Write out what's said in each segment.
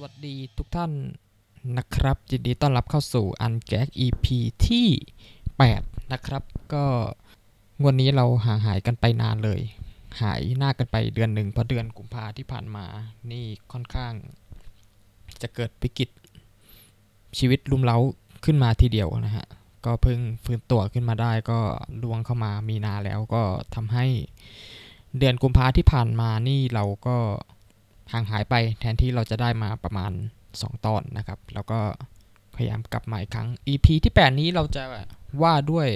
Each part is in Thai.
วัสดีทุกท่านนะครับยินดีต้อนรับเข้าสู่ Ungagged EP ที่8นะครับก็วันนี้เราห่างหายกันไปนานเลยหายหน้ากันไปเดือนหนึ่งเพราะเดือนกุมภาที่ผ่านมานี่ค่อนข้างจะเกิดวิกฤตชีวิตลุ่มเร้าขึ้นมาทีเดียวนะฮะก็เพิ่งฟื้นตัวขึ้นมาได้ก็ล่วงเข้ามามีนาแล้วก็ทำให้เดือนกุมภาที่ผ่านมานี่เราก็ห่างหายไปแทนที่เราจะได้มาประมาณ2ตอนนะครับแล้วก็พยายามกลับมาอีกครั้ง EP ที่8นี้เราจะว่าด้วย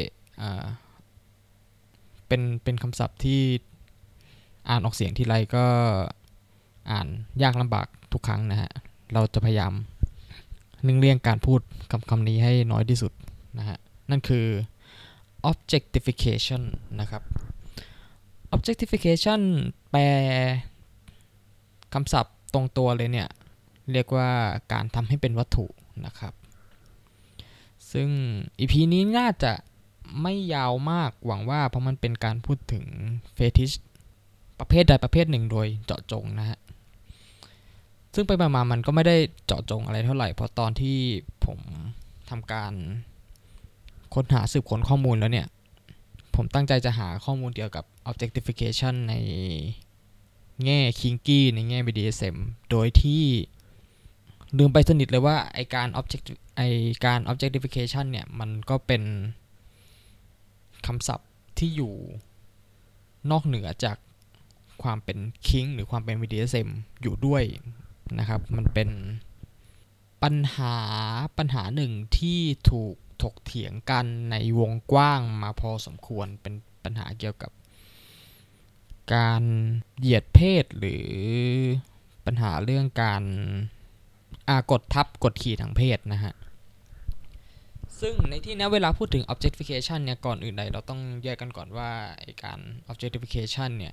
เป็นคำศัพท์ที่อ่านออกเสียงทีไรก็อ่านยากลำบากทุกครั้งนะฮะเราจะพยายามเลี่ยงการพูดคำนี้ให้น้อยที่สุดนะฮะนั่นคือ objectification นะครับ objectification แปลคำศัพท์ตรงตัวเลยเนี่ยเรียกว่าการทำให้เป็นวัตถุนะครับซึ่ง EP นี้น่าจะไม่ยาวมากหวังว่าเพราะมันเป็นการพูดถึงเฟติชประเภทใดประเภทหนึ่งโดยเจาะจงนะฮะซึ่งไปมามันก็ไม่ได้เจาะจงอะไรเท่าไหร่เพราะตอนที่ผมทำการค้นหาสืบค้นข้อมูลแล้วเนี่ยผมตั้งใจจะหาข้อมูลเกี่ยวกับ objectification ในแง่ kinky ในแง่ BDSM โดยที่ลืมไปสนิทเลยว่าไอการ objectification เนี่ยมันก็เป็นคำศัพท์ที่อยู่นอกเหนือจากความเป็น kink หรือความเป็น BDSM อยู่ด้วยนะครับมันเป็นปัญหาหนึ่งที่ถูกถกเถียงกันในวงกว้างมาพอสมควรเป็นปัญหาเกี่ยวกับการเหยียดเพศหรือปัญหาเรื่องการกดทับกดขี่ทางเพศนะฮะซึ่งในที่นี้เวลาพูดถึง objectification เนี่ยก่อนอื่นใดเราต้องแยกกันก่อนว่าไอ้การ objectification เนี่ย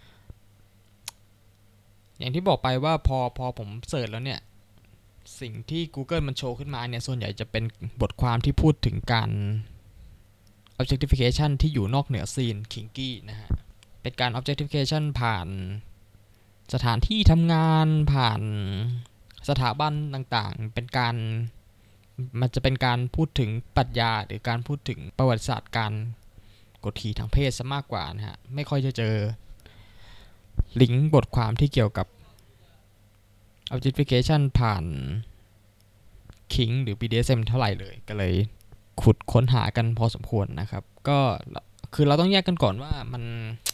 อย่างที่บอกไปว่าพอผมเสิร์ชแล้วเนี่ยสิ่งที่ Google มันโชว์ขึ้นมาเนี่ยส่วนใหญ่จะเป็นบทความที่พูดถึงการ objectification ที่อยู่นอกเหนือซีน kinky นะฮะเป็นการ objectification ผ่านสถานที่ทำงานผ่านสถาบันต่างๆมันจะเป็นการพูดถึงปรัชญาหรือการพูดถึงประวัติศาสตร์การกดขี่ทางเพศซะมากกว่านะฮะไม่ค่อยจะเจอลิงก์บทความที่เกี่ยวกับ objectification ผ่าน kink หรือ BDSM เท่าไหร่เลยก็เลยขุดค้นหากันพอสมควรนะครับก็คือเราต้องแยกกันก่อนว่ามัน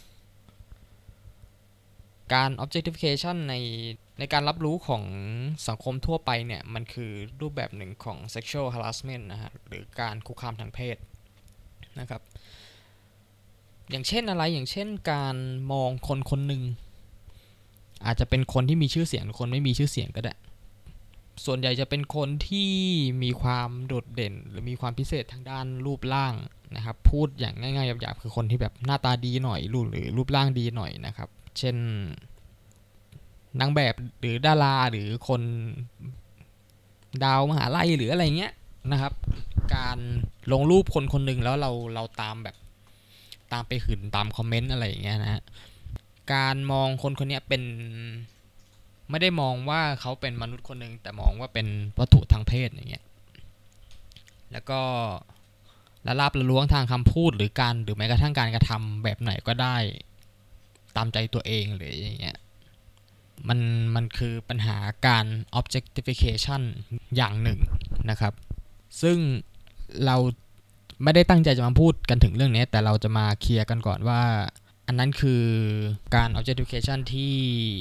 การ objectification ในการรับรู้ของสังคมทั่วไปเนี่ยมันคือรูปแบบหนึ่งของ sexual harassment นะฮะหรือการคุกคามทางเพศนะครับอย่างเช่นอะไรอย่างเช่นการมองคนหนึ่งอาจจะเป็นคนที่มีชื่อเสียงหรือคนไม่มีชื่อเสียงก็ได้ส่วนใหญ่จะเป็นคนที่มีความโดดเด่นหรือมีความพิเศษทางด้านรูปร่างนะครับพูดอย่างง่ายๆหยาบๆคือคนที่แบบหน้าตาดีหน่อยหรือรูปร่างดีหน่อยนะครับเช่นนางแบบหรือดาราหรือคนดาวมหาลัยหรืออะไรเงี้ยนะครับการลงรูปคนหนึ่งแล้วเราตามแบบตามไปหื่นตามคอมเมนต์อะไรอย่างเงี้ยนะฮะการมองคนนี้เป็นไม่ได้มองว่าเขาเป็นมนุษย์คนหนึ่งแต่มองว่าเป็นวัตถุทางเพศอย่างเงี้ยแล้วก็ละลาบละล้วงทางคำพูดหรือแม้กระทั่งการกระทำแบบไหนก็ได้ตามใจตัวเองหรืออย่างเงี้ยมันคือปัญหาการ objectification อย่างหนึ่งนะครับซึ่งเราไม่ได้ตั้งใจจะมาพูดกันถึงเรื่องนี้แต่เราจะมาเคลียร์กันก่อนว่าอันนั้นคือการ objectification ที่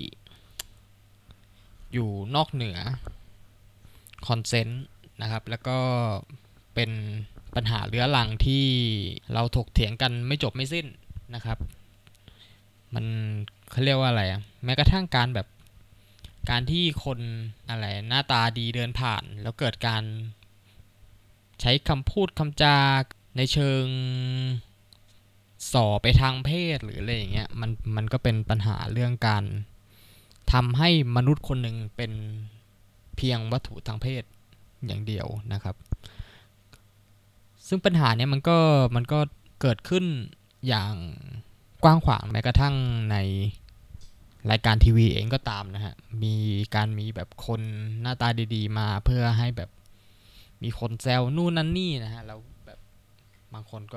อยู่นอกเหนือ consent นะครับแล้วก็เป็นปัญหาเรื้อรังที่เราถกเถียงกันไม่จบไม่สิ้นนะครับมันเขาเรียกว่าอะไรแม้กระทั่งการที่คนอะไรหน้าตาดีเดินผ่านแล้วเกิดการใช้คำพูดคำจาในเชิงส่อไปทางเพศหรืออะไรอย่างเงี้ยมันก็เป็นปัญหาเรื่องการทำให้มนุษย์คนหนึ่งเป็นเพียงวัตถุทางเพศอย่างเดียวนะครับซึ่งปัญหาเนี้ยมันก็เกิดขึ้นอย่างกว้างขวางแม้กระทั่งในรายการทีวีเองก็ตามนะฮะมีแบบคนหน้าตาดีๆมาเพื่อให้แบบมีคนแซวนู่นนั่นนี่นะฮะแล้วแบบบางคน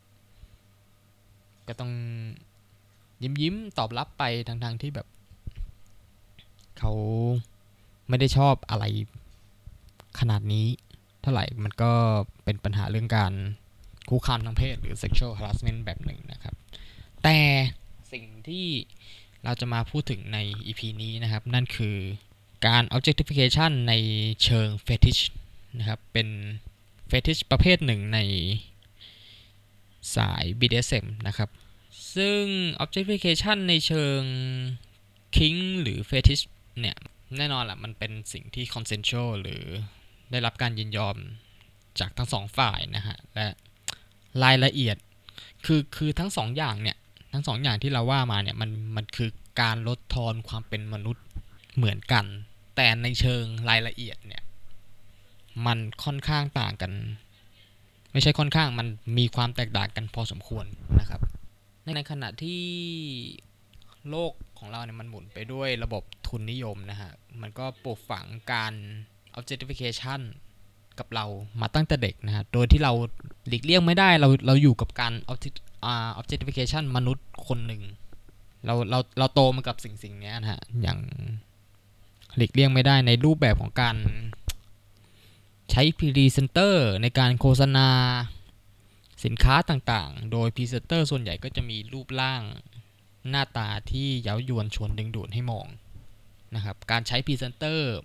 ก็ต้องยิ้มตอบรับไปทั้งที่แบบเขาไม่ได้ชอบอะไรขนาดนี้เท่าไหร่มันก็เป็นปัญหาเรื่องการคุกคามทางเพศหรือ sexual harassment แบบหนึ่งนะครับแต่สิ่งที่เราจะมาพูดถึงใน EP นี้นะครับนั่นคือการ objectification ในเชิง fetish นะครับเป็น fetish ประเภทหนึ่งในสาย BDSM นะครับซึ่ง objectification ในเชิง kink หรือ fetish เนี่ยแน่นอนแหละมันเป็นสิ่งที่ consensual หรือได้รับการยินยอมจากทั้งสองฝ่ายนะฮะและรายละเอียดคือทั้งสองอย่างเนี่ยทั้งสองอย่างที่เราว่ามาเนี่ยมันคือการลดทอนความเป็นมนุษย์เหมือนกันแต่ในเชิงรายละเอียดเนี่ยมันค่อนข้างต่างกันไม่ใช่ค่อนข้างมันมีความแตกต่างกันพอสมควรนะครับในขณะที่โลกของเราเนี่ยมันหมุนไปด้วยระบบทุนนิยมนะฮะมันก็ปลูกฝังการ objectification กับเรามาตั้งแต่เด็กนะฮะโดยที่เราหลีกเลี่ยงไม่ได้เราอยู่กับการ objectification มนุษย์คนหนึ่งเราโตมากับสิ่งนี้นะฮะอย่างหลีกเลี่ยงไม่ได้ในรูปแบบของการใช้พรีเซนเตอร์ในการโฆษณาสินค้าต่างๆโดยพรีเซนเตอร์ส่วนใหญ่ก็จะมีรูปร่างหน้าตาที่เย้ายวนชวนดึงดูดให้มองนะครับการใช้พรีเซนเตอร์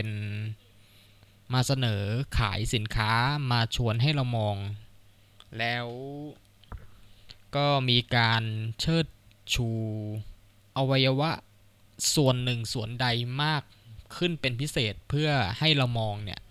มาเสนอขายสินค้ามาชวนให้เรามองแล้วก็มีการเชิดชูอวัยวะส่วนหนึ่งส่วนใดมากขึ้นเป็นพิเศษเพื่อให้เรามองเนี่ย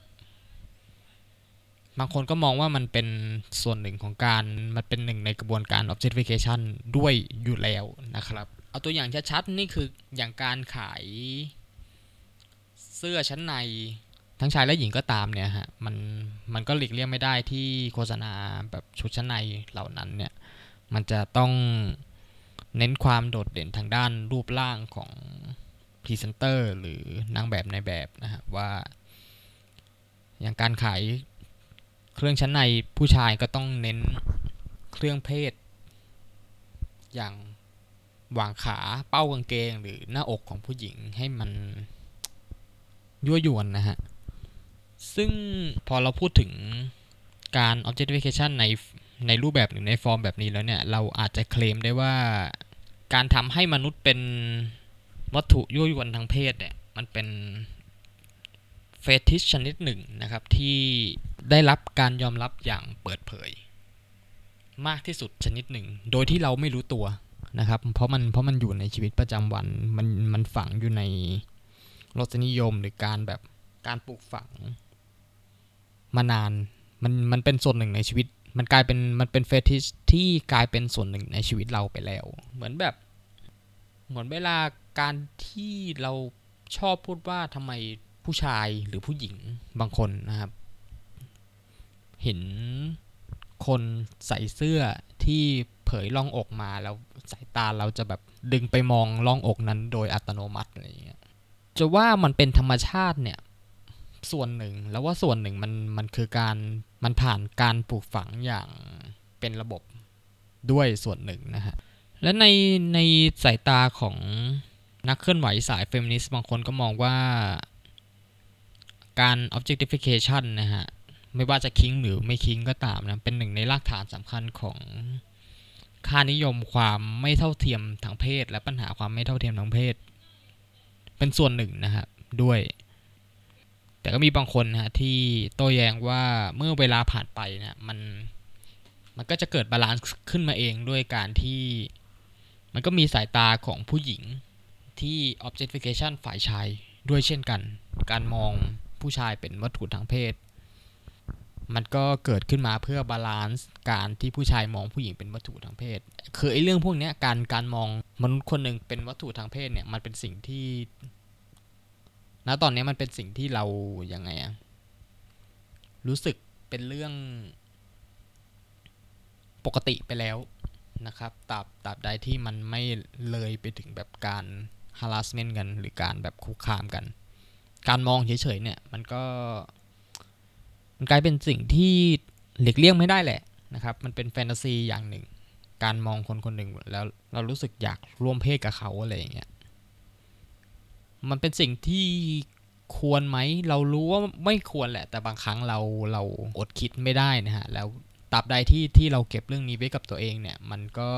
บางคนก็มองว่ามันเป็นส่วนหนึ่งของการมันเป็นหนึ่งในกระบวนการ objectification ด้วยอยู่แล้วนะครับเอาตัวอย่างชัดๆนี่คืออย่างการขายเสื้อชั้นในทั้งชายและหญิงก็ตามเนี่ยฮะมันก็หลีกเลี่ยงไม่ได้ที่โฆษณาแบบชุดชั้นในเหล่านั้นเนี่ยมันจะต้องเน้นความโดดเด่นทางด้านรูปร่างของพรีเซนเตอร์หรือนางแบบในแบบนะฮะว่าอย่างการขายเครื่องชั้นในผู้ชายก็ต้องเน้นเครื่องเพศอย่างหว่างขาเป้ากางเกงหรือหน้าอกของผู้หญิงให้มันยั่วยวนนะฮะซึ่งพอเราพูดถึงการ objectification ในรูปแบบหรือในฟอร์มแบบนี้แล้วเนี่ยเราอาจจะเคลมได้ว่าการทำให้มนุษย์เป็นวัตถุยั่วยวนทางเพศเนี่ยมันเป็นเฟติชชนิดหนึ่งนะครับที่ได้รับการยอมรับอย่างเปิดเผยมากที่สุดชนิดหนึ่งโดยที่เราไม่รู้ตัวนะครับเพราะมันอยู่ในชีวิตประจำวันมันฝังอยู่ในรสนิยมหรือการปลูกฝังมานานมันเป็นส่วนหนึ่งในชีวิตมันเป็นเฟติชที่กลายเป็นส่วนหนึ่งในชีวิตเราไปแล้วเหมือนเวลาการที่เราชอบพูดว่าทำไมผู้ชายหรือผู้หญิงบางคนนะครับเห็นคนใส่เสื้อที่เผยร่องอกมาแล้วสายตาเราจะแบบดึงไปมองร่องอกนั้นโดยอัตโนมัติอะไรอย่างเงี้ยจะว่ามันเป็นธรรมชาติเนี่ยส่วนหนึ่งแล้วว่าส่วนหนึ่งมันคือมันผ่านการปลูกฝังอย่างเป็นระบบด้วยส่วนหนึ่งนะฮะและในสายตาของนักเคลื่อนไหวสายเฟมินิสต์บางคนก็มองว่าการ objectification นะฮะไม่ว่าจะคิงหรือไม่คิงก็ตามนะเป็นหนึ่งในรากฐานสำคัญของค่านิยมความไม่เท่าเทียมทางเพศและปัญหาความไม่เท่าเทียมทางเพศเป็นส่วนหนึ่งนะฮะด้วยแต่ก็มีบางคนนะฮะที่โต้แย้งว่าเมื่อเวลาผ่านไปนะมันก็จะเกิดบาลานซ์ขึ้นมาเองด้วยการที่มันก็มีสายตาของผู้หญิงที่ objectification ฝ่ายชายด้วยเช่นกันการมองผู้ชายเป็นวัตถุทางเพศมันก็เกิดขึ้นมาเพื่อบาลานซ์การที่ผู้ชายมองผู้หญิงเป็นวัตถุทางเพศคือไอ้เรื่องพวกนี้การมองมนุษย์คนหนึ่งเป็นวัตถุทางเพศเนี่ยมันเป็นสิ่งที่ณตอนนี้มันเป็นสิ่งที่เรายังไงรู้สึกเป็นเรื่องปกติไปแล้วนะครับตราบใดที่มันไม่เลยไปถึงแบบการ harassment กันหรือการแบบคุกคามกันการมองเฉยๆเนี่ยมันกลายเป็นสิ่งที่หลีกเลี่ยงไม่ได้แหละนะครับมันเป็นแฟนตาซีอย่างหนึ่งการมองคนคนหนึ่งแล้วเรารู้สึกอยากร่วมเพศกับเขาอะไรอย่างเงี้ยมันเป็นสิ่งที่ควรไหมเรารู้ว่าไม่ควรแหละแต่บางครั้งเราอดคิดไม่ได้นะฮะแล้วตราบใดที่เราเก็บเรื่องนี้ไว้กับตัวเองเนี่ยมันก็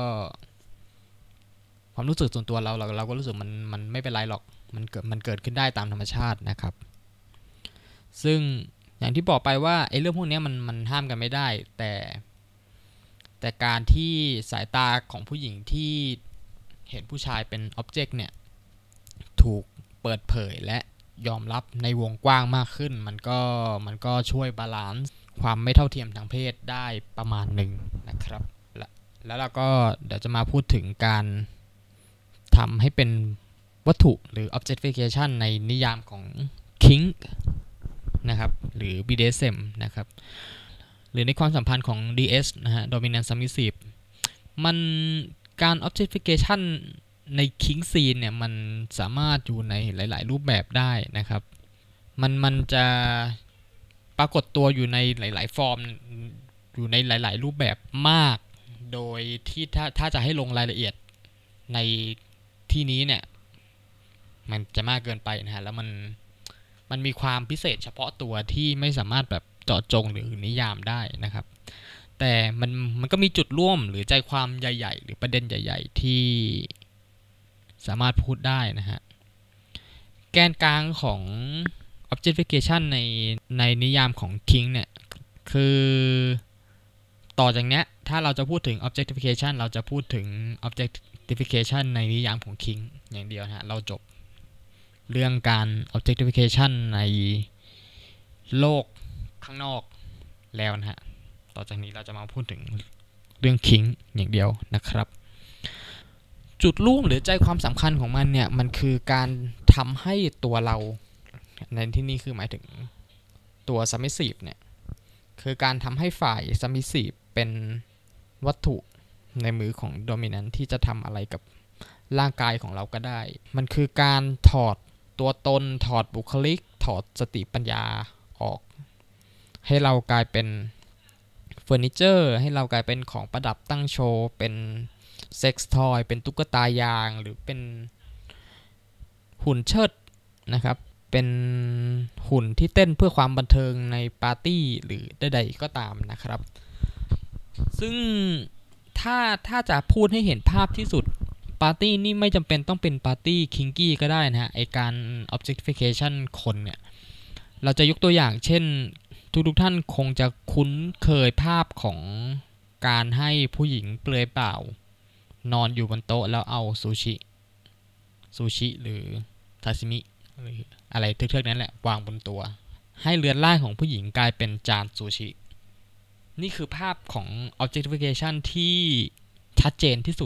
ความรู้สึกส่วนตัวเราก็รู้สึกมันไม่เป็นไรหรอกมันเกิดขึ้นได้ตามธรรมชาตินะครับซึ่งอย่างที่บอกไปว่าไอ้เรื่องพวกนี้มันห้ามกันไม่ได้แต่การที่สายตาของผู้หญิงที่เห็นผู้ชายเป็นอ็อบเจกต์เนี่ยถูกเปิดเผยและยอมรับในวงกว้างมากขึ้นมันก็ช่วยบาลานซ์ความไม่เท่าเทียมทางเพศได้ประมาณหนึ่งนะครับแล้วเราก็เดี๋ยวจะมาพูดถึงการทำให้เป็นวัตถุหรือ objectification ในนิยามของ kink นะครับหรือ BDSM นะครับหรือในความสัมพันธ์ของ DS นะฮะ Dominant Submissive มันการ objectification ใน kink scene เนี่ยมันสามารถอยู่ในหลายๆรูปแบบได้นะครับมันจะปรากฏตัวอยู่ในหลายๆฟอร์มอยู่ในหลายๆรูปแบบมากโดยที่ถ้าจะให้ลงรายละเอียดในที่นี้เนี่ยมันจะมากเกินไปนะฮะแล้วมันมีความพิเศษเฉพาะตัวที่ไม่สามารถแบบเจาะจงหรือนิยามได้นะครับแต่มันก็มีจุดร่วมหรือใจความใหญ่ๆหรือประเด็นใหญ่ๆที่สามารถพูดได้นะฮะแกนกลางของ objectification ในนิยามของ kink เนี่ยคือต่อจากเนี้ยถ้าเราจะพูดถึง objectification เราจะพูดถึง objectification ในนิยามของ kink อย่างเดียวนะฮะเราจบเรื่องการ objectification ในโลกข้างนอกแล้วนะฮะต่อจากนี้เราจะมาพูดถึงเรื่อง kink อย่างเดียวนะครับจุดร่วมหรือใจความสำคัญของมันเนี่ยมันคือการทำให้ตัวเราในที่นี้คือหมายถึงตัว submissive เนี่ยคือการทำให้ฝ่าย submissive เป็นวัตถุในมือของ dominant ที่จะทำอะไรกับร่างกายของเราก็ได้มันคือการถอดตัวตนถอดบุคลิกถอดสติปัญญาออกให้เรากลายเป็นเฟอร์นิเจอร์ให้เรากลายเป็นของประดับตั้งโชว์เป็นเซ็กซ์ทอยเป็นตุ๊กตายางหรือเป็นหุ่นเชิดนะครับเป็นหุ่นที่เต้นเพื่อความบันเทิงในปาร์ตี้หรือใดๆก็ตามนะครับซึ่งถ้าจะพูดให้เห็นภาพที่สุดปาร์ตี้นี่ไม่จำเป็นต้องเป็นปาร์ตี้คิงกี้ก็ได้นะฮะไอการ objectification คนเนี่ยเราจะยกตัวอย่างเช่นทุกท่านคงจะคุ้นเคยภาพของการให้ผู้หญิงเปลือยเปล่านอนอยู่บนโต๊ะแล้วเอาซูชิหรือทาซิมิหรืออะไรเทือกๆนั้นแหละวางบนตัวให้เรือนร่างของผู้หญิงกลายเป็นจานซูชินี่คือภาพของ objectification ที่ชัดเจนที่สุด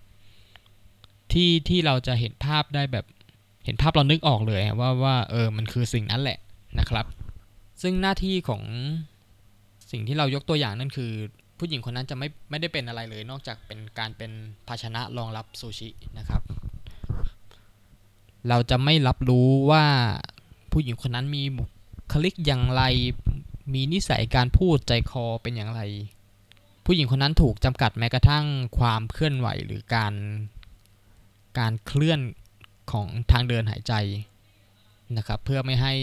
ที่เราจะเห็นภาพได้แบบเห็นภาพเรานึกออกเลยว่ามันคือสิ่งนั้นแหละนะครับซึ่งหน้าที่ของสิ่งที่เรายกตัวอย่างนั่นคือผู้หญิงคนนั้นจะไม่ได้เป็นอะไรเลยนอกจากเป็นการเป็นภาชนะรองรับซูชินะครับเราจะไม่รับรู้ว่าผู้หญิงคนนั้นมีบุคลิกอย่างไรมีนิสัยการพูดใจคอเป็นอย่างไรผู้หญิงคนนั้นถูกจำกัดแม้กระทั่งความเคลื่อนไหวหรือการเคลื่อนของทางเดินหายใจนะครับเพื่อไม่ให้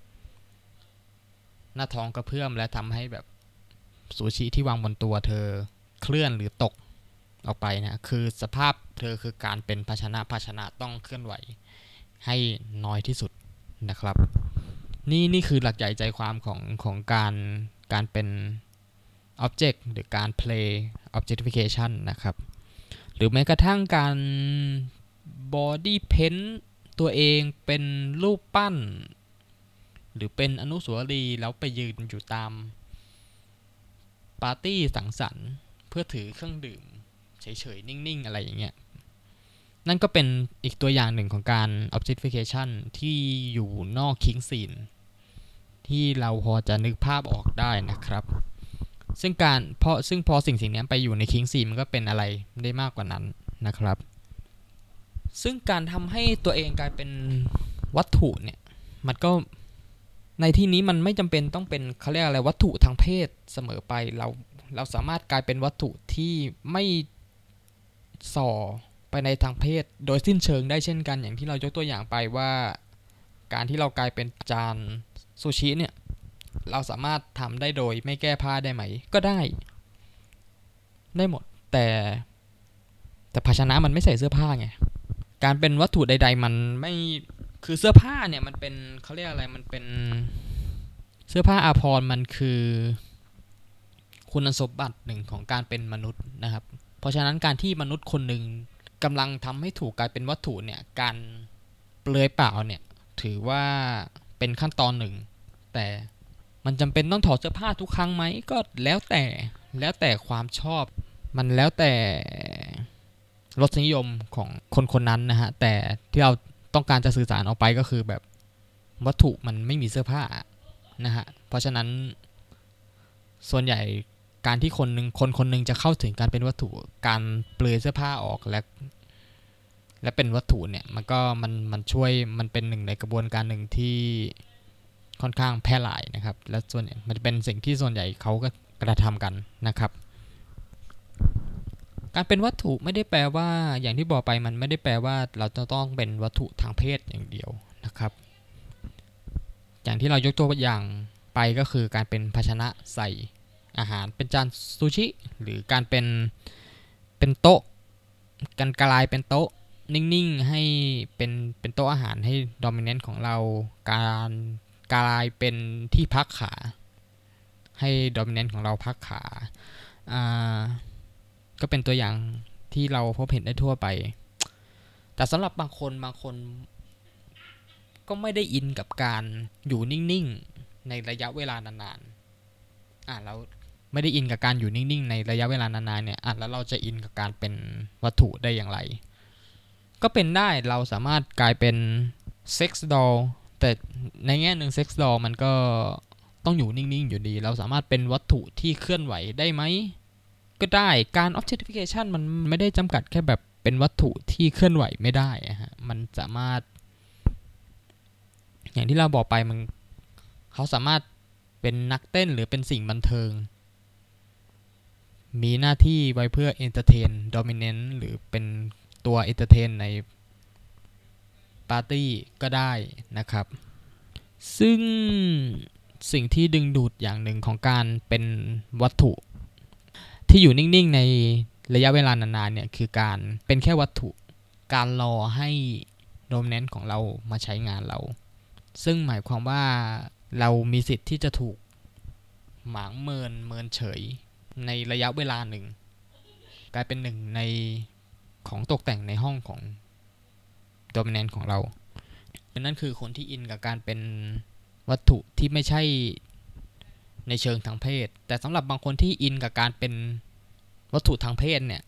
หน้าท้องกระเพื่อมและทำให้แบบซูชิที่วางบนตัวเธอเคลื่อนหรือตกออกไปนะคือสภาพเธอคือการเป็นภาชนะต้องเคลื่อนไหวให้น้อยที่สุดนะครับนี่คือหลักใหญ่ใจความของการเป็น object หรือการ play objectification นะครับหรือแม้กระทั่งการ body paint ตัวเองเป็นรูปปั้นหรือเป็นอนุสาวรีย์แล้วไปยืนอยู่ตามปาร์ตี้สังสรรค์เพื่อถือเครื่องดื่มเฉยๆนิ่งๆอะไรอย่างเงี้ยนั่นก็เป็นอีกตัวอย่างหนึ่งของการ objectification ที่อยู่นอก kink scene ที่เราพอจะนึกภาพออกได้นะครับซึ่งพอสิ่งนี้ไปอยู่ใน kink scene มันก็เป็นอะไรได้มากกว่านั้นนะครับซึ่งการทำให้ตัวเองกลายเป็นวัตถุเนี่ยมันก็ในที่นี้มันไม่จำเป็นต้องเป็นเขาเรียกอะไรวัตถุทางเพศเสมอไปเราสามารถกลายเป็นวัตถุที่ไม่ส่อไปในทางเพศโดยสิ้นเชิงได้เช่นกันอย่างที่เรายกตัวอย่างไปว่าการที่เรากลายเป็นจานซูชิเนี่ยเราสามารถทำได้โดยไม่แก้ผ้าได้ไหมก็ได้หมดแต่ภาชนะมันไม่ใส่เสื้อผ้าไงการเป็นวัตถุใดๆมันไม่คือเสื้อผ้าเนี่ยมันเป็นเขาเรียกอะไรมันเป็นเสื้อผ้าอาภรณ์มันคือคุณสมบัติหนึ่งของการเป็นมนุษย์นะครับเพราะฉะนั้นการที่มนุษย์คนหนึ่งกำลังทำให้ถูกกลายเป็นวัตถุเนี่ยการเปลือยเปล่าเนี่ยถือว่าเป็นขั้นตอนหนึ่งแต่มันจำเป็นต้องถอดเสื้อผ้าทุกครั้งไหมก็แล้วแต่ความชอบมันแล้วแต่รสนิยมของคนคนนั้นนะฮะแต่ที่เราต้องการจะสื่อสารออกไปก็คือแบบวัตถุมันไม่มีเสื้อผ้านะฮะเพราะฉะนั้นส่วนใหญ่การที่คนหนึ่งจะเข้าถึงการเป็นวัตถุการเปลือยเสื้อผ้าออกและเป็นวัตถุเนี่ยมันช่วยมันเป็นหนึ่งในกระบวนการหนึ่งที่ค่อนข้างแพร่หลายนะครับและส่วนมันเป็นสิ่งที่ส่วนใหญ่เขาก็กระทำกันนะครับการเป็นวัตถุไม่ได้แปลว่าอย่างที่บอกไปมันไม่ได้แปลว่าเราจะต้องเป็นวัตถุทางเพศอย่างเดียวนะครับอย่างที่เรายกตัวอย่างไปก็คือการเป็นภาชนะใส่อาหารเป็นจานซูชิหรือการเป็นโต๊ะการกลายเป็นโต๊ะนิ่งๆให้เป็นโต๊ะอาหารให้ดอมิเนนต์ของเราการกลายเป็นที่พักขาให้ดอมิเนนต์ของเราพักขาก็เป็นตัวอย่างที่เราพบเห็นได้ทั่วไปแต่สำหรับบางคนก็ไม่ได้อินกับการอยู่นิ่งๆในระยะเวลานานๆเราไม่ได้อินกับการอยู่นิ่งๆในระยะเวลานานๆเนี่ยแล้วเราจะอินกับการเป็นวัตถุได้อย่างไรก็เป็นได้เราสามารถกลายเป็นเซ็กซ์ดอลแต่ในแง่หนึ่งเซ็กซ์ดอลมันก็ต้องอยู่นิ่งๆอยู่ดีเราสามารถเป็นวัตถุที่เคลื่อนไหวได้ไหมก็ได้การ objectification มันไม่ได้จำกัดแค่แบบเป็นวัตถุที่เคลื่อนไหวไม่ได้ฮะมันสามารถอย่างที่เราบอกไปเขาสามารถเป็นนักเต้นหรือเป็นสิ่งบันเทิงมีหน้าที่ไว้เพื่อ entertain dominant หรือเป็นตัว entertain ในปาร์ตี้ก็ได้นะครับซึ่งสิ่งที่ดึงดูดอย่างหนึ่งของการเป็นวัตถุที่อยู่นิ่งๆในระยะเวลานานๆเนี่ยคือการเป็นแค่วัตถุการรอให้โดมิเนนต์ของเรามาใช้งานเราซึ่งหมายความว่าเรามีสิทธิ์ที่จะถูกหมางเมินเฉยในระยะเวลาหนึ่งกลายเป็นหนึ่งในของตกแต่งในห้องของโดมิเนนต์ของเรานั่นคือคนที่อินกับการเป็นวัตถุที่ไม่ใช่ในเชิงทางเพศแต่สำหรับบางคนที่อินกับการเป็นวัตถุทางเพศเนี่ย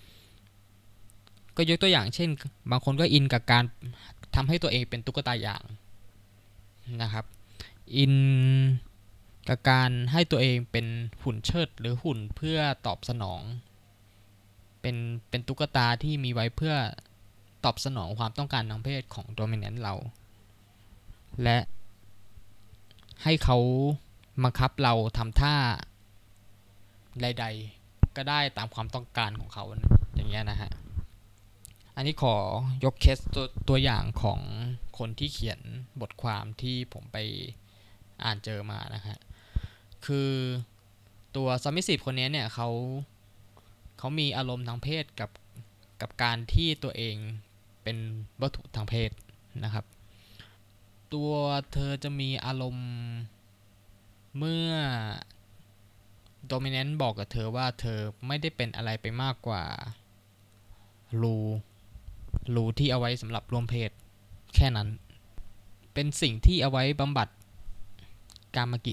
ก็ยกตัวอย่างเช่นบางคนก็อินกับการทำให้ตัวเองเป็นตุ๊กตาหยางนะครับอินกับการให้ตัวเองเป็นหุ่นเชิดหรือหุ่นเพื่อตอบสนองเป็นตุ๊กตาที่มีไว้เพื่อตอบสนองความต้องการทางเพศของโดมิเนนต์เราและให้เขาบังคับเราทำท่าใดๆก็ได้ตามความต้องการของเขาอย่างเงี้ยนะฮะอันนี้ขอยกเคสตัวอย่างของคนที่เขียนบทความที่ผมไปอ่านเจอมานะฮะคือตัว submissive คนนี้เนี่ยเขามีอารมณ์ทางเพศกับการที่ตัวเองเป็นวัตถุทางเพศนะครับตัวเธอจะมีอารมณ์เมื่อ dominant บอกกับเธอว่าเธอไม่ได้เป็นอะไรไปมากกว่ารูที่เอาไว้สำหรับร่วมเพศแค่นั้นเป็นสิ่งที่เอาไว้บำบัดกามกิจ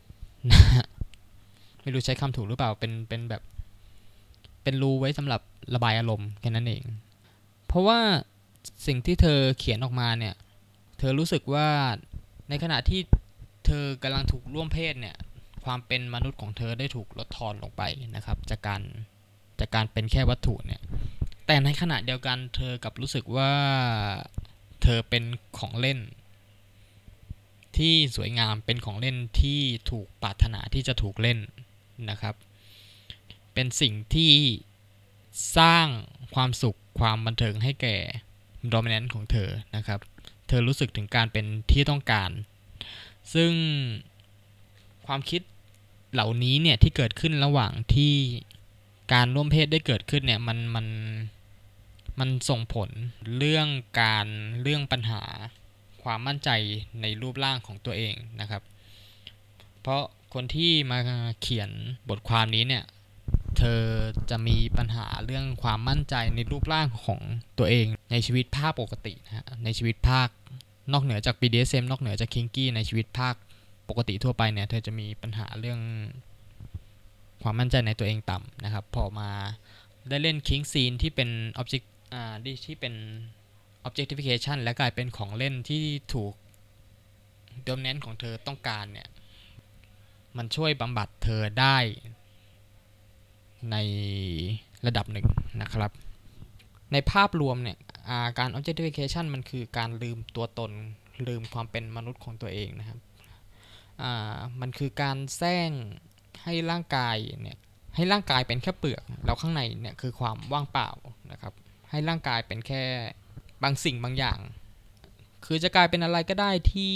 ไม่รู้ใช้คำถูกหรือเปล่าเป็นแบบเป็นรูไว้สำหรับระบายอารมณ์แค่นั้นเองเพราะว่าสิ่งที่เธอเขียนออกมาเนี่ยเธอรู้สึกว่าในขณะที่เธอกำลังถูกร่วมเพศเนี่ยความเป็นมนุษย์ของเธอได้ถูกลดทอนลงไปนะครับจากการเป็นแค่วัตถุเนี่ยแต่ในขณะเดียวกันเธอกลับรู้สึกว่าเธอเป็นของเล่นที่สวยงามเป็นของเล่นที่ถูกปรารถนาที่จะถูกเล่นนะครับเป็นสิ่งที่สร้างความสุขความบันเทิงให้แก่ dominant ของเธอนะครับเธอรู้สึกถึงการเป็นที่ต้องการซึ่งความคิดเหล่านี้เนี่ยที่เกิดขึ้นระหว่างที่การร่วมเพศได้เกิดขึ้นเนี่ยมันส่งผลเรื่องปัญหาความมั่นใจในรูปร่างของตัวเองนะครับเพราะคนที่มาเขียนบทความนี้เนี่ยเธอจะมีปัญหาเรื่องความมั่นใจในรูปร่างของตัวเองในชีวิตภาคปกตินะฮะในชีวิตภาคนอกเหนือจาก BDSM นอกเหนือจากคิงกี้ในชีวิตภาคปกติทั่วไปเนี่ยเธอจะมีปัญหาเรื่องความมั่นใจในตัวเองต่ำนะครับพอมาได้เล่นคิงซีนที่เป็น ที่เป็น objectification และกลายเป็นของเล่นที่ถูก dominant ของเธอต้องการเนี่ยมันช่วยบำบัดเธอได้ในระดับหนึ่งนะครับในภาพรวมเนี่ยการ objectification มันคือการลืมตัวตนลืมความเป็นมนุษย์ของตัวเองนะครับมันคือการแซงให้ร่างกายเป็นแค่เปลือกแล้วข้างในเนี่ยคือความว่างเปล่านะครับให้ร่างกายเป็นแค่บางสิ่งบางอย่างคือจะกลายเป็นอะไรก็ได้ที่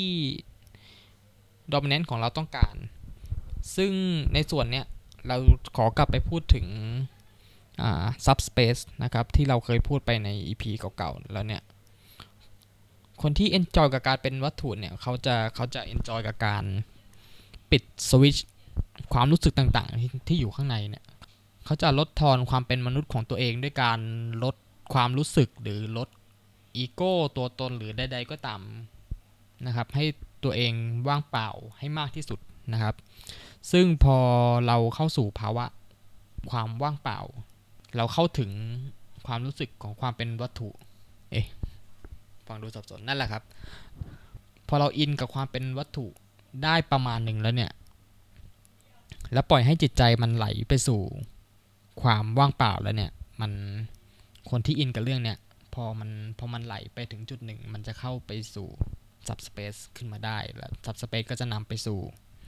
dominant ของเราต้องการซึ่งในส่วนเนี้ยเราขอกลับไปพูดถึงsubspace นะครับที่เราเคยพูดไปใน EP เก่าๆแล้วเนี่ยคนที่ enjoy กับการเป็นวัตถุเนี่ยเขาจะ enjoy กับการปิดสวิตช์ความรู้สึกต่างๆที่อยู่ข้างในเนี่ยเขาจะลดทอนความเป็นมนุษย์ของตัวเองด้วยการลดความรู้สึกหรือลดอีโก้ตัวตนหรือใดๆก็ตามนะครับให้ตัวเองว่างเปล่าให้มากที่สุดนะครับซึ่งพอเราเข้าสู่ภาวะความว่างเปล่าเราเข้าถึงความรู้สึกของความเป็นวัตถุฟังดูสับสนนั่นแหละครับพอเราอินกับความเป็นวัตถุได้ประมาณหนึ่งแล้วเนี่ยแล้วปล่อยให้จิตใจมันไหลไปสู่ความว่างเปล่าแล้วเนี่ยมันคนที่อินกับเรื่องเนี่ยพอมันไหลไปถึงจุดหนึ่งมันจะเข้าไปสู่ subspace ขึ้นมาได้แล้ว subspace ก็จะนำไปสู่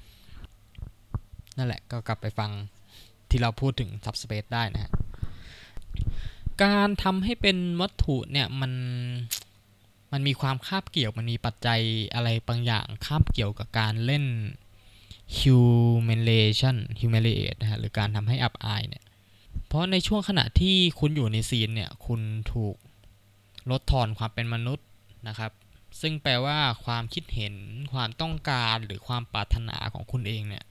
นั่นแหละก็กลับไปฟังที่เราพูดถึง subspace ได้นะฮะการทำให้เป็นวัตถุเนี่ยมันมีความคาบเกี่ยวมันมีปัจจัยอะไรบางอย่างคาบเกี่ยวกับการเล่น humiliate นะฮะหรือการทำให้อับอายเนี่ยเพราะในช่วงขณะที่คุณอยู่ในซีนเนี่ยคุณถูกลดทอนความเป็นมนุษย์นะครับซึ่งแปลว่าความคิดเห็นความต้องการหรือความปรารถนาของคุณเองเนี่ย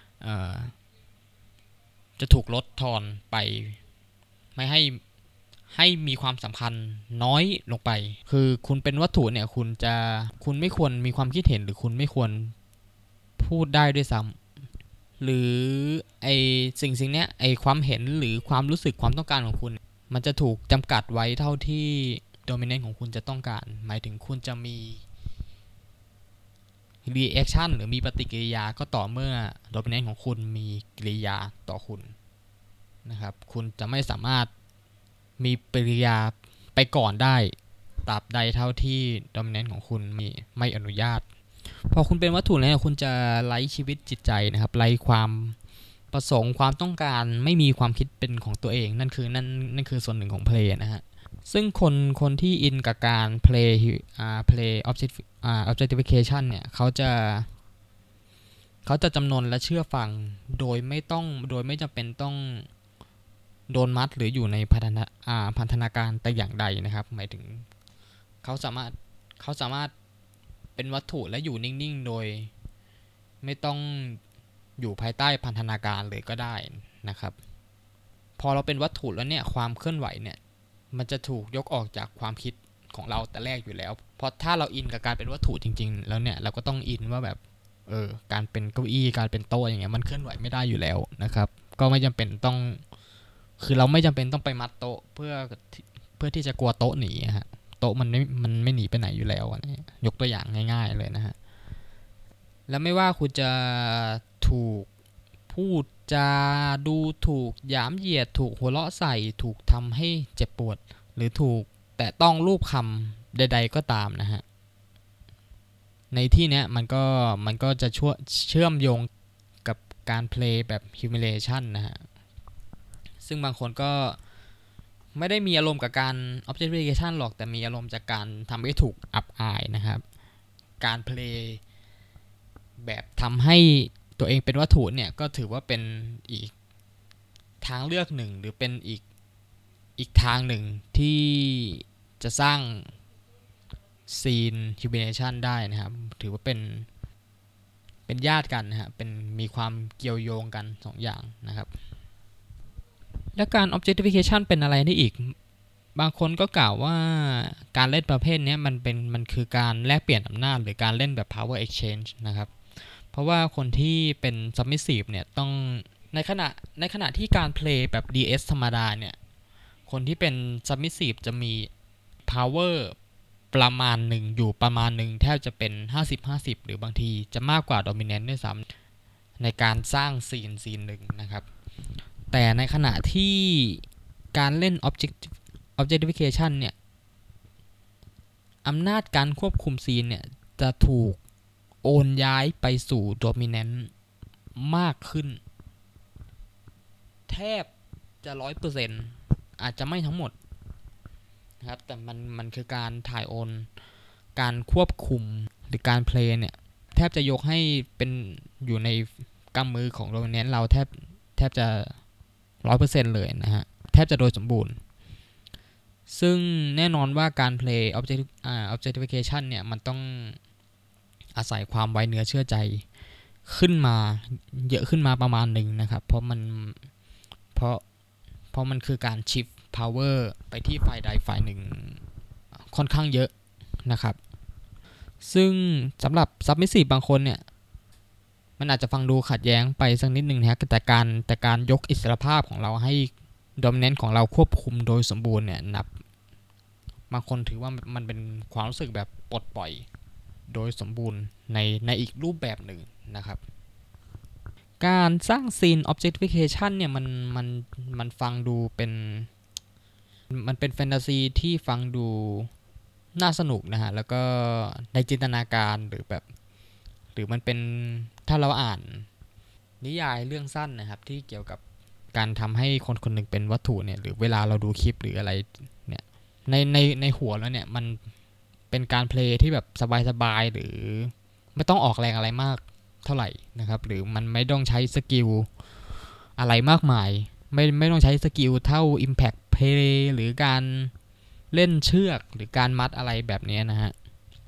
จะถูกลดทอนไปไม่ให้มีความสำคัญน้อยลงไปคือคุณเป็นวัตถุเนี่ยคุณไม่ควรมีความคิดเห็นหรือคุณไม่ควรพูดได้ด้วยซ้ำหรือไอสิ่งเนี้ยไอความเห็นหรือความรู้สึกความต้องการของคุณมันจะถูกจำกัดไว้เท่าที่ dominant ของคุณจะต้องการหมายถึงคุณจะมี reaction หรือมีปฏิกิริยาก็ต่อเมื่อ dominant ของคุณมีกิริยาต่อคุณนะครับคุณจะไม่สามารถมีปฏิกิริยาไปก่อนได้ตราบใดเท่าที่ dominant ของคุณไม่อนุญาตพอคุณเป็นวัตถุแล้วคุณจะไร้ชีวิตจิตใจนะครับไร้ความประสงค์ความต้องการไม่มีความคิดเป็นของตัวเองนั่นคือส่วนหนึ่งของเพลย์นะฮะซึ่งคนที่อินกับการ play objectification เนี่ยเขาจะจำนนและเชื่อฟังโดยไม่จำเป็นต้องโดนมัดหรืออยู่ในพันธนาการแต่อย่างใดนะครับหมายถึงเขาสามารถเป็นวัตถุและอยู่นิ่งๆโดยไม่ต้องอยู่ภายใต้พันธนาการเลยก็ได้นะครับพอเราเป็นวัตถุแล้วเนี่ยความเคลื่อนไหวเนี่ยมันจะถูกยกออกจากความคิดของเราแต่แรกอยู่แล้วเพราะถ้าเราอินกับการเป็นวัตถุจริงๆแล้วเนี่ยเราก็ต้องอินว่าแบบการเป็นเก้าอี้การเป็นโต๊ะอย่างเงี้ยมันเคลื่อนไหวไม่ได้อยู่แล้วนะครับก็ไม่จำเป็นต้องคือเราไม่จำเป็นต้องไปมัดโต๊ะเพื่อที่จะกลัวโต๊ะหนีฮะโต๊ะมันไม่หนีไปไหนอยู่แล้วยกตัวอย่างง่ายๆเลยนะฮะแล้วไม่ว่าคุณจะถูกพูดจาดูถูกหยามเหยียดถูกหัวเราะใส่ถูกทำให้เจ็บปวดหรือถูกแตะต้องรูปคำใดๆก็ตามนะฮะในที่เนี้ยมันก็จะเชื่อมโยงกับการเพลย์แบบ humiliation นะฮะซึ่งบางคนก็ไม่ได้มีอารมณ์กับการ objectification หรอกแต่มีอารมณ์จากการทำให้ถูกอับอายนะครับการเพลย์แบบทำให้ตัวเองเป็นวัตถุเนี่ยก็ถือว่าเป็นอีกทางเลือกหนึ่งหรือเป็นอีกทางหนึ่งที่จะสร้างซีน humiliation ได้นะครับถือว่าเป็นญาติกันนะฮะเป็นมีความเกี่ยวโยงกัน2 อย่างนะครับและการ objectification เป็นอะไรได้อีกบางคนก็กล่าวว่าการเล่นประเภทนี้มันคือการแลกเปลี่ยนอำนาจหรือการเล่นแบบ power exchange นะครับเพราะว่าคนที่เป็น submissive เนี่ยต้องในขณะที่การ play แบบ DS ธรรมดาเนี่ยคนที่เป็น submissive จะมี power ประมาณหนึ่งอยู่ประมาณหนึ่งแทบจะเป็น 50-50 หรือบางทีจะมากกว่า dominant ด้วยซ้ำในการสร้างซีนหนึ่งนะครับแต่ในขณะที่การเล่น objectification เนี่ยอำนาจการควบคุมซีนเนี่ยจะถูกโอนย้ายไปสู่ dominant มากขึ้นแทบจะ 100% อาจจะไม่ทั้งหมดนะครับแต่มันคือการถ่ายโอนการควบคุมหรือการเพลย์เนี่ยแทบจะยกให้เป็นอยู่ในกำมือของ dominant เราแทบจะ 100% เลยนะฮะแทบจะโดยสมบูรณ์ซึ่งแน่นอนว่าการ play objectification เนี่ยมันต้องอาศัยความไว้เนื้อเชื่อใจขึ้นมาเยอะขึ้นมาประมาณหนึ่งนะครับเพราะมันคือการ shift power ไปที่ฝ่ายใดฝ่ายหนึ่งค่อนข้างเยอะนะครับซึ่งสำหรับ submissive บางคนเนี่ยมันอาจจะฟังดูขัดแย้งไปสักนิดนึงนะแต่การยกอิสรภาพของเราให้ dominant ของเราควบคุมโดยสมบูรณ์เนี่ยนับบางคนถือว่ามันเป็นความรู้สึกแบบปลดปล่อยโดยสมบูรณ์ในอีกรูปแบบหนึ่งนะครับการสร้างซีน objectification เนี่ยมันฟังดูมันเป็นแฟนตาซีที่ฟังดูน่าสนุกนะฮะแล้วก็ในจินตนาการหรือมันเป็นถ้าเราอ่านนิยายเรื่องสั้นนะครับที่เกี่ยวกับการทำให้คนคนหนึ่งเป็นวัตถุเนี่ยหรือเวลาเราดูคลิปหรืออะไรเนี่ยในหัวแล้วเนี่ยมันเป็นการเพลย์ที่แบบสบายๆหรือไม่ต้องออกแรงอะไรมากเท่าไหร่นะครับหรือมันไม่ต้องใช้สกิลอะไรมากมายไม่ต้องใช้สกิลเท่า Impact Play หรือการเล่นเชือกหรือการมัดอะไรแบบนี้นะฮะ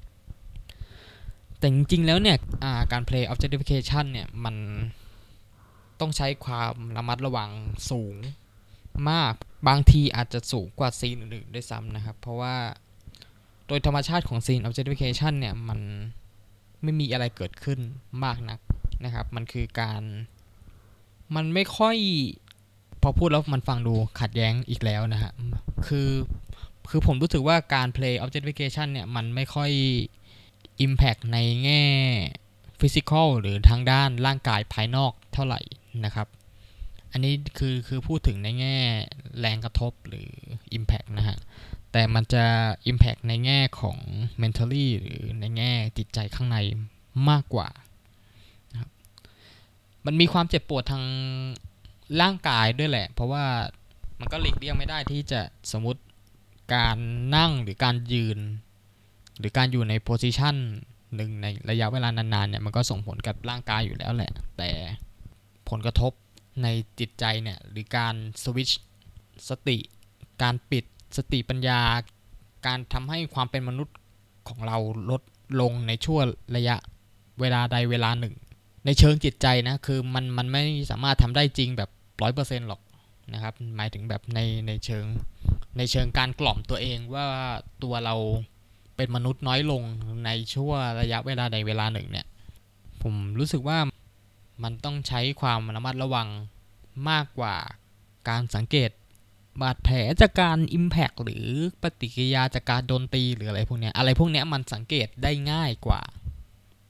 แต่จริงๆแล้วเนี่ยการ play objectification เนี่ยมันต้องใช้ความระมัดระวังสูงมากบางทีอาจจะสูงกว่าซีนอื่นๆด้วยซ้ำนะครับเพราะว่าโดยธรรมชาติของซีน objectification เนี่ยมันไม่มีอะไรเกิดขึ้นมากนักนะครับมันคือการมันไม่ค่อยพอพูดแล้วมันฟังดูขัดแย้งอีกแล้วนะฮะคือผมรู้สึกว่าการ play objectification เนี่ยมันไม่ค่อย impact ในแง่ physical หรือทางด้านร่างกายภายนอกเท่าไหร่นะครับอันนี้คือพูดถึงในแง่แรงกระทบหรือ impact นะฮะแต่มันจะ impact ในแง่ของ mentally หรือในแง่จิตใจข้างในมากกว่านะครับมันมีความเจ็บปวดทางร่างกายด้วยแหละเพราะว่ามันก็หลีกเลี่ยงไม่ได้ที่จะสมมติการนั่งหรือการยืนหรือการอยู่ในโพสิชันหนึ่งในระยะเวลานานๆเนี่ยมันก็ส่งผลกับร่างกายอยู่แล้วแหละแต่ผลกระทบในจิตใจเนี่ยหรือการสวิตช์สติการปิดสติปัญญาการทำให้ความเป็นมนุษย์ของเราลดลงในช่วงระยะเวลาใดเวลาหนึ่งในเชิงจิตใจนะคือมันไม่สามารถทำได้จริงแบบ 100% หรอกนะครับหมายถึงแบบในเชิงการกล่อมตัวเองว่าตัวเราเป็นมนุษย์น้อยลงในช่วงระยะเวลาใดเวลาหนึ่งเนี่ยผมรู้สึกว่ามันต้องใช้ความระมัดระวังมากกว่าการสังเกตบาดแผลจากการ impact หรือปฏิกิริยาจากการโดนตีหรืออะไรพวกนี้มันสังเกตได้ง่ายกว่าพ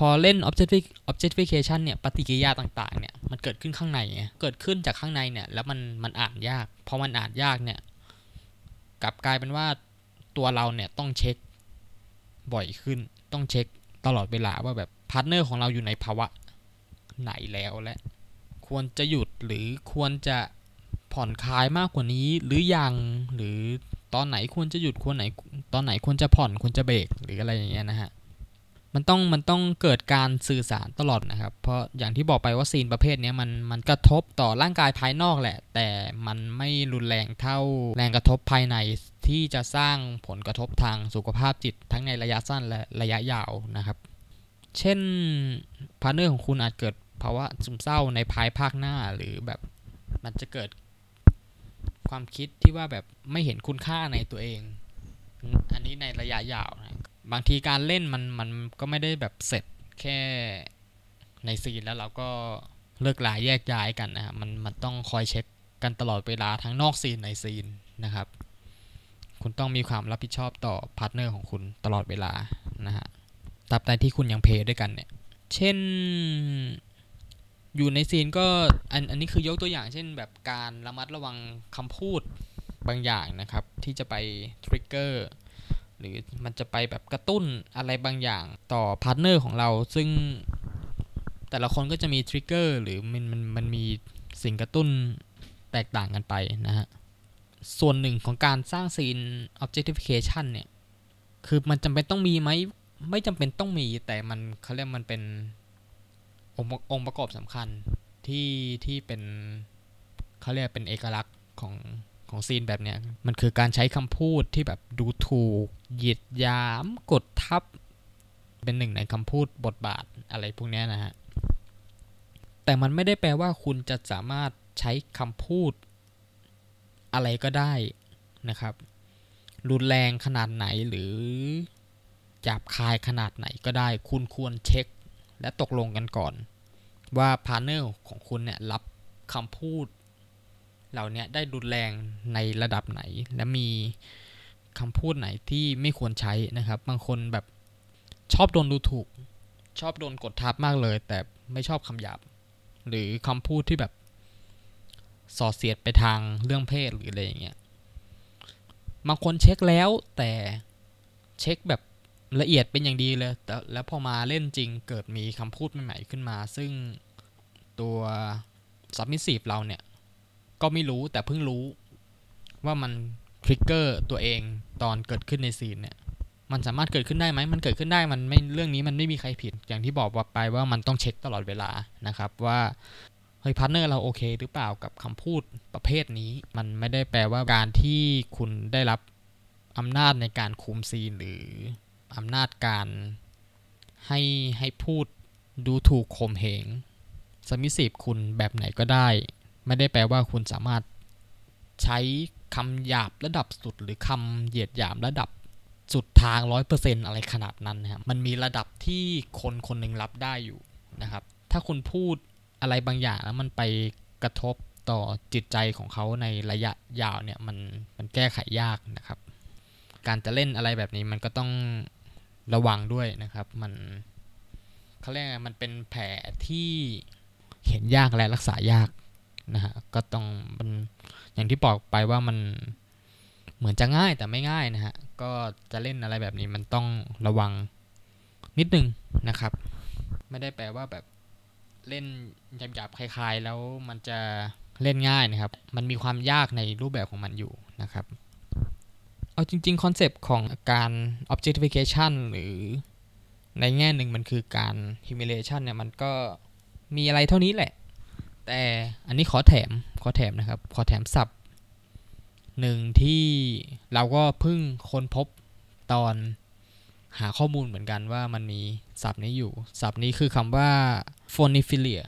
พอเล่น objectification เนี่ยปฏิกิริยาต่างๆเนี่ยมันเกิดขึ้นข้างในไงเกิดขึ้นจากข้างในเนี่ยแล้วมันอ่านยากพอมันอ่านยากเนี่ยกลับกลายเป็นว่าตัวเราเนี่ยต้องเช็คบ่อยขึ้นต้องเช็คตลอดเวลาว่าแบบพาร์ทเนอร์ของเราอยู่ในภาวะไหนแล้วและควรจะหยุดหรือควรจะผ่อนคลายมากกว่านี้หรือยังหรือตอนไหนควรจะหยุดตอนไหนควรจะผ่อนควรจะเบรกหรืออะไรอย่างเงี้ยนะฮะมันต้องเกิดการสื่อสารตลอดนะครับเพราะอย่างที่บอกไปว่าซีนประเภทนี้มันกระทบต่อร่างกายภายนอกแหละแต่มันไม่รุนแรงเท่าแรงกระทบภายในที่จะสร้างผลกระทบทางสุขภาพจิตทั้งในระยะสั้นและระยะยาวนะครับเช่นพาร์ทเนอร์ของคุณอาจเกิดภาวะซึมเศร้าในภายภาคหน้าหรือแบบมันจะเกิดความคิดที่ว่าแบบไม่เห็นคุณค่าในตัวเองอันนี้ในระยะยาวนะบางทีการเล่นมันก็ไม่ได้แบบเสร็จแค่ในซีนแล้วเราก็เลิกลาแยกย้ายกันนะครับมันต้องคอยเช็คกันตลอดเวลาทั้งนอกซีนในซีนนะครับคุณต้องมีความรับผิดชอบต่อพาร์ทเนอร์ของคุณตลอดเวลานะฮะตราบใดที่คุณยังเพลย์ด้วยกันเนี่ยเช่นอยู่ในซีนก็อันนี้คือยกตัวอย่างเช่นแบบการระมัดระวังคำพูดบางอย่างนะครับที่จะไปทริกเกอร์หรือมันจะไปแบบกระตุ้นอะไรบางอย่างต่อพาร์ทเนอร์ของเราซึ่งแต่ละคนก็จะมีทริกเกอร์หรือมันมีสิ่งกระตุ้นแตกต่างกันไปนะฮะส่วนหนึ่งของการสร้างซีน objectification เนี่ยคือมันจำเป็นต้องมีไหมไม่จำเป็นต้องมีแต่มันเขาเรียกมันเป็นองค์ประกอบสำคัญที่เป็นเขาเรียกเป็นเอกลักษณ์ของซีนแบบเนี้ยมันคือการใช้คำพูดที่แบบดูถูกเหยียดหยามกดทับเป็นหนึ่งในคำพูดบทบาทอะไรพวกนี้นะฮะแต่มันไม่ได้แปลว่าคุณจะสามารถใช้คำพูดอะไรก็ได้นะครับรุนแรงขนาดไหนหรือหยาบคายขนาดไหนก็ได้คุณควรเช็คและตกลงกันก่อนว่าพาร์ทเนอร์ของคุณเนี่ยรับคำพูดเหล่านี้ได้รุนแรงในระดับไหนและมีคำพูดไหนที่ไม่ควรใช้นะครับบางคนแบบชอบโดนดูถูกชอบโดนกดทับมากเลยแต่ไม่ชอบคำหยาบหรือคำพูดที่แบบส่อเสียดไปทางเรื่องเพศหรืออะไรอย่างเงี้ยบางคนเช็คแล้วแต่เช็คแบบละเอียดเป็นอย่างดีเลยแต่แล้วพอมาเล่นจริงเกิดมีคำพูดใหม่ๆขึ้นมาซึ่งตัว submissive เราเนี่ยก็ไม่รู้แต่เพิ่งรู้ว่ามันทริกเกอร์ตัวเองตอนเกิดขึ้นในซีนเนี่ยมันสามารถเกิดขึ้นได้ไหมมันเกิดขึ้นได้มันไม่เรื่องนี้มันไม่มีใครผิดอย่างที่บอกไปว่ามันต้องเช็คตลอดเวลานะครับว่าเฮ้ยพาร์ทเนอร์เราโอเคหรือเปล่ากับคำพูดประเภทนี้มันไม่ได้แปลว่าการที่คุณได้รับอำนาจในการคุมซีนหรืออำนาจการให้พูดดูถูกข่มเหงสมิสิบคุณแบบไหนก็ได้ไม่ได้แปลว่าคุณสามารถใช้คำหยาบระดับสุดหรือคำเหยียดหยามระดับสุดทาง 100% อะไรขนาดนั้นนะครับมันมีระดับที่คนคนหนึ่งรับได้อยู่นะครับถ้าคุณพูดอะไรบางอย่างแล้วมันไปกระทบต่อจิตใจของเขาในระยะยาวเนี่ยมันแก้ไขยากนะครับการจะเล่นอะไรแบบนี้มันก็ต้องระวังด้วยนะครับมันเขาเรียกมันเป็นแผลที่เห็นยากและรักษายากนะฮะก็ต้องมันอย่างที่บอกไปว่ามันเหมือนจะง่ายแต่ไม่ง่ายนะฮะก็จะเล่นอะไรแบบนี้มันต้องระวังนิดนึงนะครับไม่ได้แปลว่าแบบเล่นหยาบๆคล้ายๆแล้วมันจะเล่นง่ายนะครับมันมีความยากในรูปแบบของมันอยู่นะครับเอาจริงๆคอนเซปต์ของการ objectification หรือในแง่หนึ่งมันคือการ humiliation เนี่ยมันก็มีอะไรเท่านี้แหละแต่อันนี้ขอแถมนะครับขอแถมศัพท์หนึ่งที่เราก็เพิ่งค้นพบตอนหาข้อมูลเหมือนกันว่ามันมีศัพท์นี้อยู่ศัพท์นี้คือคำว่า phonophilia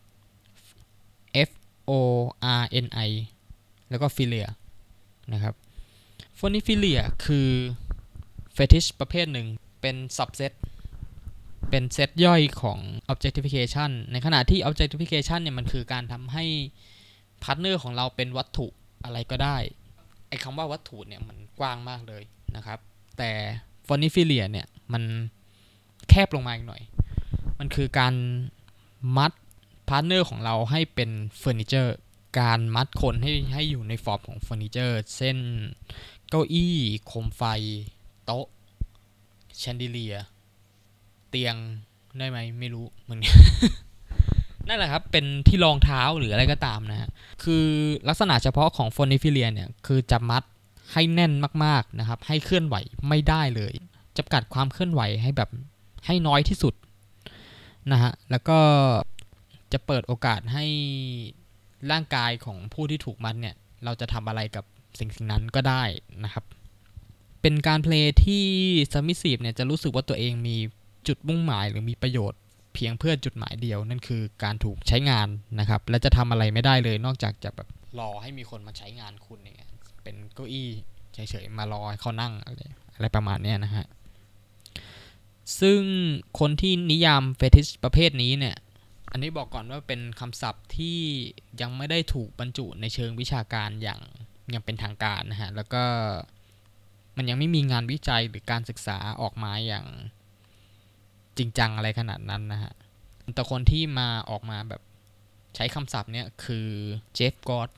F O R N I แล้วก็ philia นะครับ phonophilia คือ fetish ประเภทหนึ่งเป็น subset เป็นเซตย่อยของ objectification ในขณะที่ objectification เนี่ยมันคือการทำให้พาร์ทเนอร์ของเราเป็นวัตถุอะไรก็ได้ไอ้คำว่าวัตถุเนี่ยมันกว้างมากเลยนะครับแต่ phonophilia เนี่ยมันแคบลงมาอีกหน่อยมันคือการมัดพาร์ทเนอร์ของเราให้เป็นเฟอร์นิเจอร์การมัดคนให้อยู่ในฟอร์มของเฟอร์นิเจอร์เช่นเก้าอี้โคมไฟโต๊ะแชนดิเลียเตียงได้ไหมไม่รู้เหมือนกัน นั่นแหละครับเป็นที่รองเท้าหรืออะไรก็ตามนะฮะคือลักษณะเฉพาะของโฟนิฟิเลียเนี่ยคือจะมัดให้แน่นมากๆนะครับให้เคลื่อนไหวไม่ได้เลยจำกัดความเคลื่อนไหวให้แบบให้น้อยที่สุดนะฮะแล้วก็จะเปิดโอกาสให้ร่างกายของผู้ที่ถูกมัดเนี่ยเราจะทำอะไรกับสิ่งนั้นก็ได้นะครับเป็นการเพลย์ที่ซัมมิสซีฟเนี่ยจะรู้สึกว่าตัวเองมีจุดมุ่งหมายหรือมีประโยชน์เพียงเพื่อจุดหมายเดียวนั่นคือการถูกใช้งานนะครับและจะทำอะไรไม่ได้เลยนอกจากจะแบบรอให้มีคนมาใช้งานคุณเนี่ยเป็นเก้าอี้เฉยๆมารอให้เขานั่งอะไรประมาณนี้นะฮะซึ่งคนที่นิยามเฟติชประเภทนี้เนี่ยอันนี้บอกก่อนว่าเป็นคำศัพท์ที่ยังไม่ได้ถูกบรรจุในเชิงวิชาการอย่างเป็นทางการนะฮะแล้วก็มันยังไม่มีงานวิจัยหรือการศึกษาออกมาอย่างจริงจังอะไรขนาดนั้นนะฮะแต่คนที่มาออกมาแบบใช้คำศัพท์เนี่ยคือเจฟกอร์ด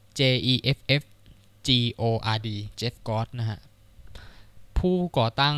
JEFFGORD เจฟกอร์ดนะฮะผู้ก่อตั้ง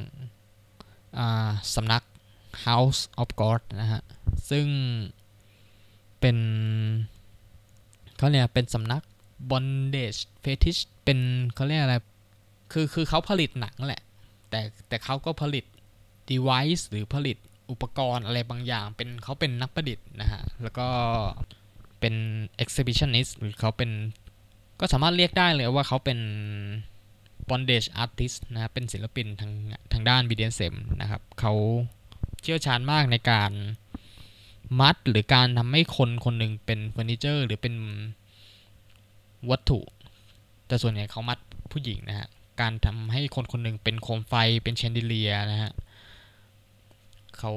สำนัก House of God นะฮะซึ่งเป็นเขาเรียกเป็นสำนัก Bondage Fetish เป็นเขาเรียกอะไรคือเขาผลิตหนังแหละแต่เขาก็ผลิต device หรือผลิตอุปกรณ์อะไรบางอย่างเขาเป็นนักประดิษฐ์นะฮะแล้วก็เป็น exhibitionist หรือเขาเป็นก็สามารถเรียกได้เลยว่าเขาเป็น bondage artist นะเป็นศิลปินทางด้าน BDSM นะครับเขาเชี่ยวชาญมากในการมัดหรือการทำให้คนคนหนึ่งเป็นเฟอร์นิเจอร์หรือเป็นวัตถุแต่ส่วนใหญ่เขามัดผู้หญิงนะฮะการทำให้คนคนหนึ่งเป็นโคมไฟเป็นแชนดิเลียนะฮะเขา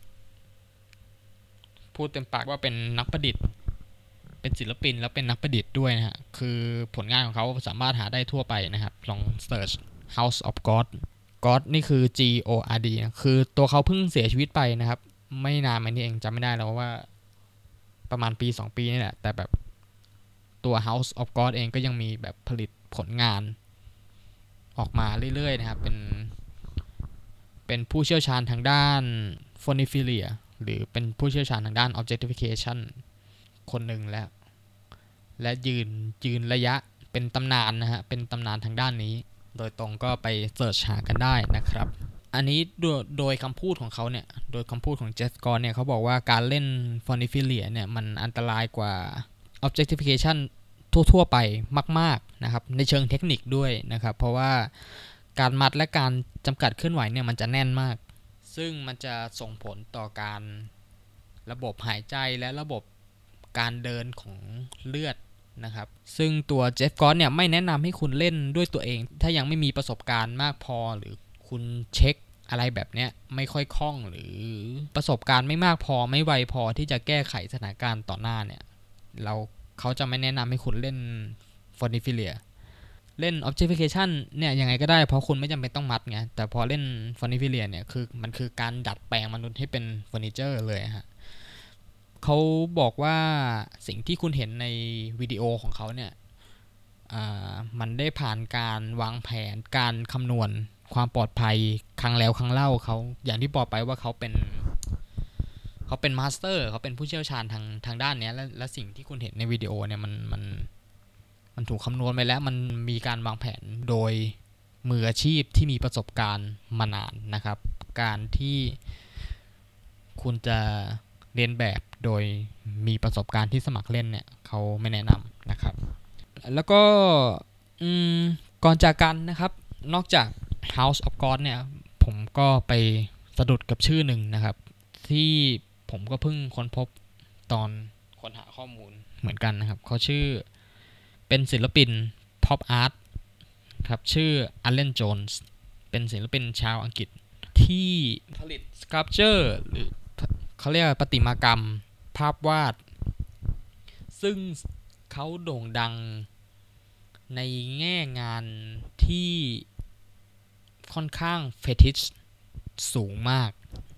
พูดเต็มปากว่าเป็นนักประดิษฐ์เป็นศิลปินแล้วเป็นนักประดิษฐ์ด้วยนะฮะคือผลงานของเขาสามารถหาได้ทั่วไปนะครับลอง search House of God God นี่คือ GORD นะคือตัวเขาเพิ่งเสียชีวิตไปนะครับไม่นานมานี้เองจำไม่ได้แล้วว่าประมาณปี2ปีนี่แหละแต่แบบตัว House of God เองก็ยังมีแบบผลิตผลงานออกมาเรื่อยๆนะครับเป็นผู้เชี่ยวชาญทางด้าน phonophilia หรือเป็นผู้เชี่ยวชาญทางด้าน objectification คนหนึ่งและยืนระยะเป็นตำนานนะฮะเป็นตำนานทางด้านนี้โดยตรงก็ไปเสิร์ชหากันได้นะครับอันนี้โดยคำพูดของเขาเนี่ยโดยคำพูดของเจฟกอร์เนี่ยเขาบอกว่าการเล่น phonophilia เนี่ยมันอันตรายกว่า objectification ทั่วๆไปมากๆนะครับในเชิงเทคนิคด้วยนะครับเพราะว่าการมัดและการจำกัดเคลื่อนไหวเนี่ยมันจะแน่นมากซึ่งมันจะส่งผลต่อการระบบหายใจและระบบการเดินของเลือดนะครับซึ่งตัวเจฟกอร์เนี่ยไม่แนะนำให้คุณเล่นด้วยตัวเองถ้ายังไม่มีประสบการณ์มากพอหรือคุณเช็คอะไรแบบเนี้ยไม่ค่อยคล่องหรือประสบการณ์ไม่มากพอไม่ไวพอที่จะแก้ไขสถานการณ์ต่อหน้าเนี่ยเขาจะไม่แนะนำให้คุณเล่น phonophilia เล่น objectification เนี่ยยังไงก็ได้เพราะคุณไม่จำเป็นต้องมัดไงแต่พอเล่น phonophilia เนี่ยมันคือการดัดแปลงมนุษย์ให้เป็นเฟอร์นิเจอร์เลยฮะเขาบอกว่าสิ่งที่คุณเห็นในวิดีโอของเขาเนี่ยมันได้ผ่านการวางแผนการคำนวณความปลอดภัยครั้งแล้วครั้งเล่าเขาอย่างที่บอกไปว่าเขาเป็นมาสเตอร์เขาเป็นผู้เชี่ยวชาญทางด้านนี้และสิ่งที่คุณเห็นในวิดีโอเนี่ยมันถูกคำนวณไปแล้วมันมีการวางแผนโดยมืออาชีพที่มีประสบการณ์มานานนะครับการที่คุณจะเรียนแบบโดยมีประสบการณ์ที่สมัครเล่นเนี่ยเขาไม่แนะนำนะครับแล้วก็ก่อนจากกันนะครับนอกจาก House of God เนี่ยผมก็ไปสะดุดกับชื่อหนึ่งนะครับที่ผมก็เพิ่งค้นพบตอนค้นหาข้อมูลเหมือนกันนะครับเขาชื่อเป็นศิลปิน Pop Art ครับชื่อ Allen Jones เป็นศิลปินชาวอังกฤษที่ผลิต sculpture หรือเขาเรียกประติมากรรมภาพวาดซึ่งเขาโด่งดังในแง่งานที่ค่อนข้างเฟติชสูงมาก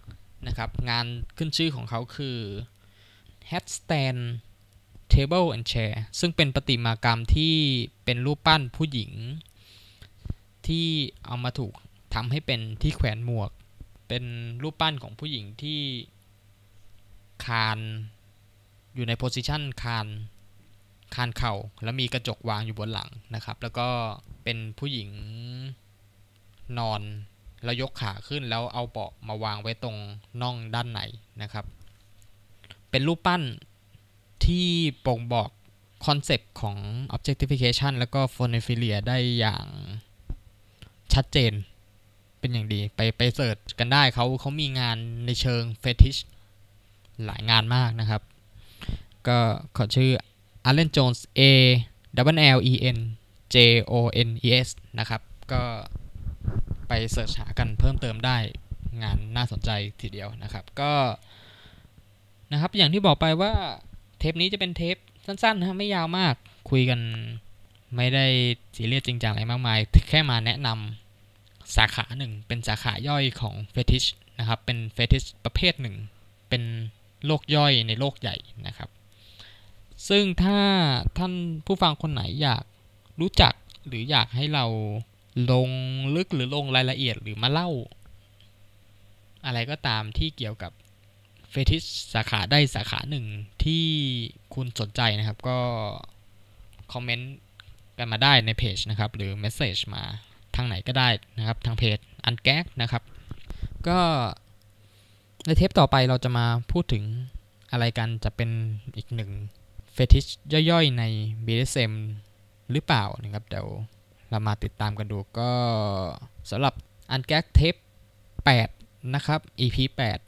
นะครับงานขึ้นชื่อของเขาคือ Headstand Table and Chair ซึ่งเป็นประติมากรรมที่เป็นรูปปั้นผู้หญิงที่เอามาถูกทำให้เป็นที่แขวนหมวกเป็นรูปปั้นของผู้หญิงที่คานอยู่ในโพสิชันคานเข่าแล้วมีกระจกวางอยู่บนหลังนะครับแล้วก็เป็นผู้หญิงนอนแล้วยกขาขึ้นแล้วเอาเบาะมาวางไว้ตรงน่องด้านในนะครับเป็นรูปปั้นที่บ่งบอกคอนเซปต์ของ objectification แล้วก็ phonophilia ได้อย่างชัดเจนเป็นอย่างดีไปเสิร์ชกันได้เขามีงานในเชิงเฟติชหลายงานมากนะครับก็ขอชื่อ Allen Jones Allen Jones นะครับก็ไปเสิร์ชหากันเพิ่มเติมได้งานน่าสนใจทีเดียวนะครับก็นะครับอย่างที่บอกไปว่าเทปนี้จะเป็นเทปสั้นๆนะไม่ยาวมากคุยกันไม่ได้ซีเรียสจริงจังอะไรมากมายแค่มาแนะนำสาขาหนึ่งเป็นสาขาย่อยของเฟติชนะครับเป็นเฟติชประเภทหนึ่งเป็นโลกย่อยในโลกใหญ่นะครับซึ่งถ้าท่านผู้ฟังคนไหนอยากรู้จักหรืออยากให้เราลงลึกหรือลงรายละเอียดหรือมาเล่าอะไรก็ตามที่เกี่ยวกับเฟติชสาขาใดสาขาหนึ่งที่คุณสนใจนะครับก็คอมเมนต์กันมาได้ในเพจนะครับหรือเมสเซจมาทางไหนก็ได้นะครับทางเพจอันแก๊กนะครับก็ในเทปต่อไปเราจะมาพูดถึงอะไรกันจะเป็นอีกหนึ่งเฟติชย่อยๆใน BDSM หรือเปล่านะครับเดี๋ยวเรามาติดตามกันดูก็สำหรับอันแก๊กเทป8นะครับ EP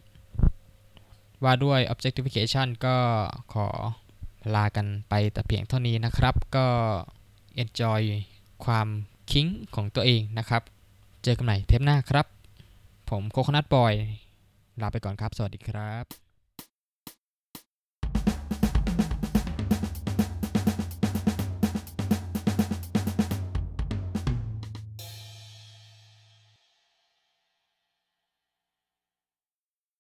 8ว่าด้วย objectification ก็ขอลากันไปแต่เพียงเท่านี้นะครับก็ enjoy ความคิงของตัวเองนะครับเจอกันใหม่เทปหน้าครับผมโคโคนัทบอยลาไปก่อนครับสวัสดีครับ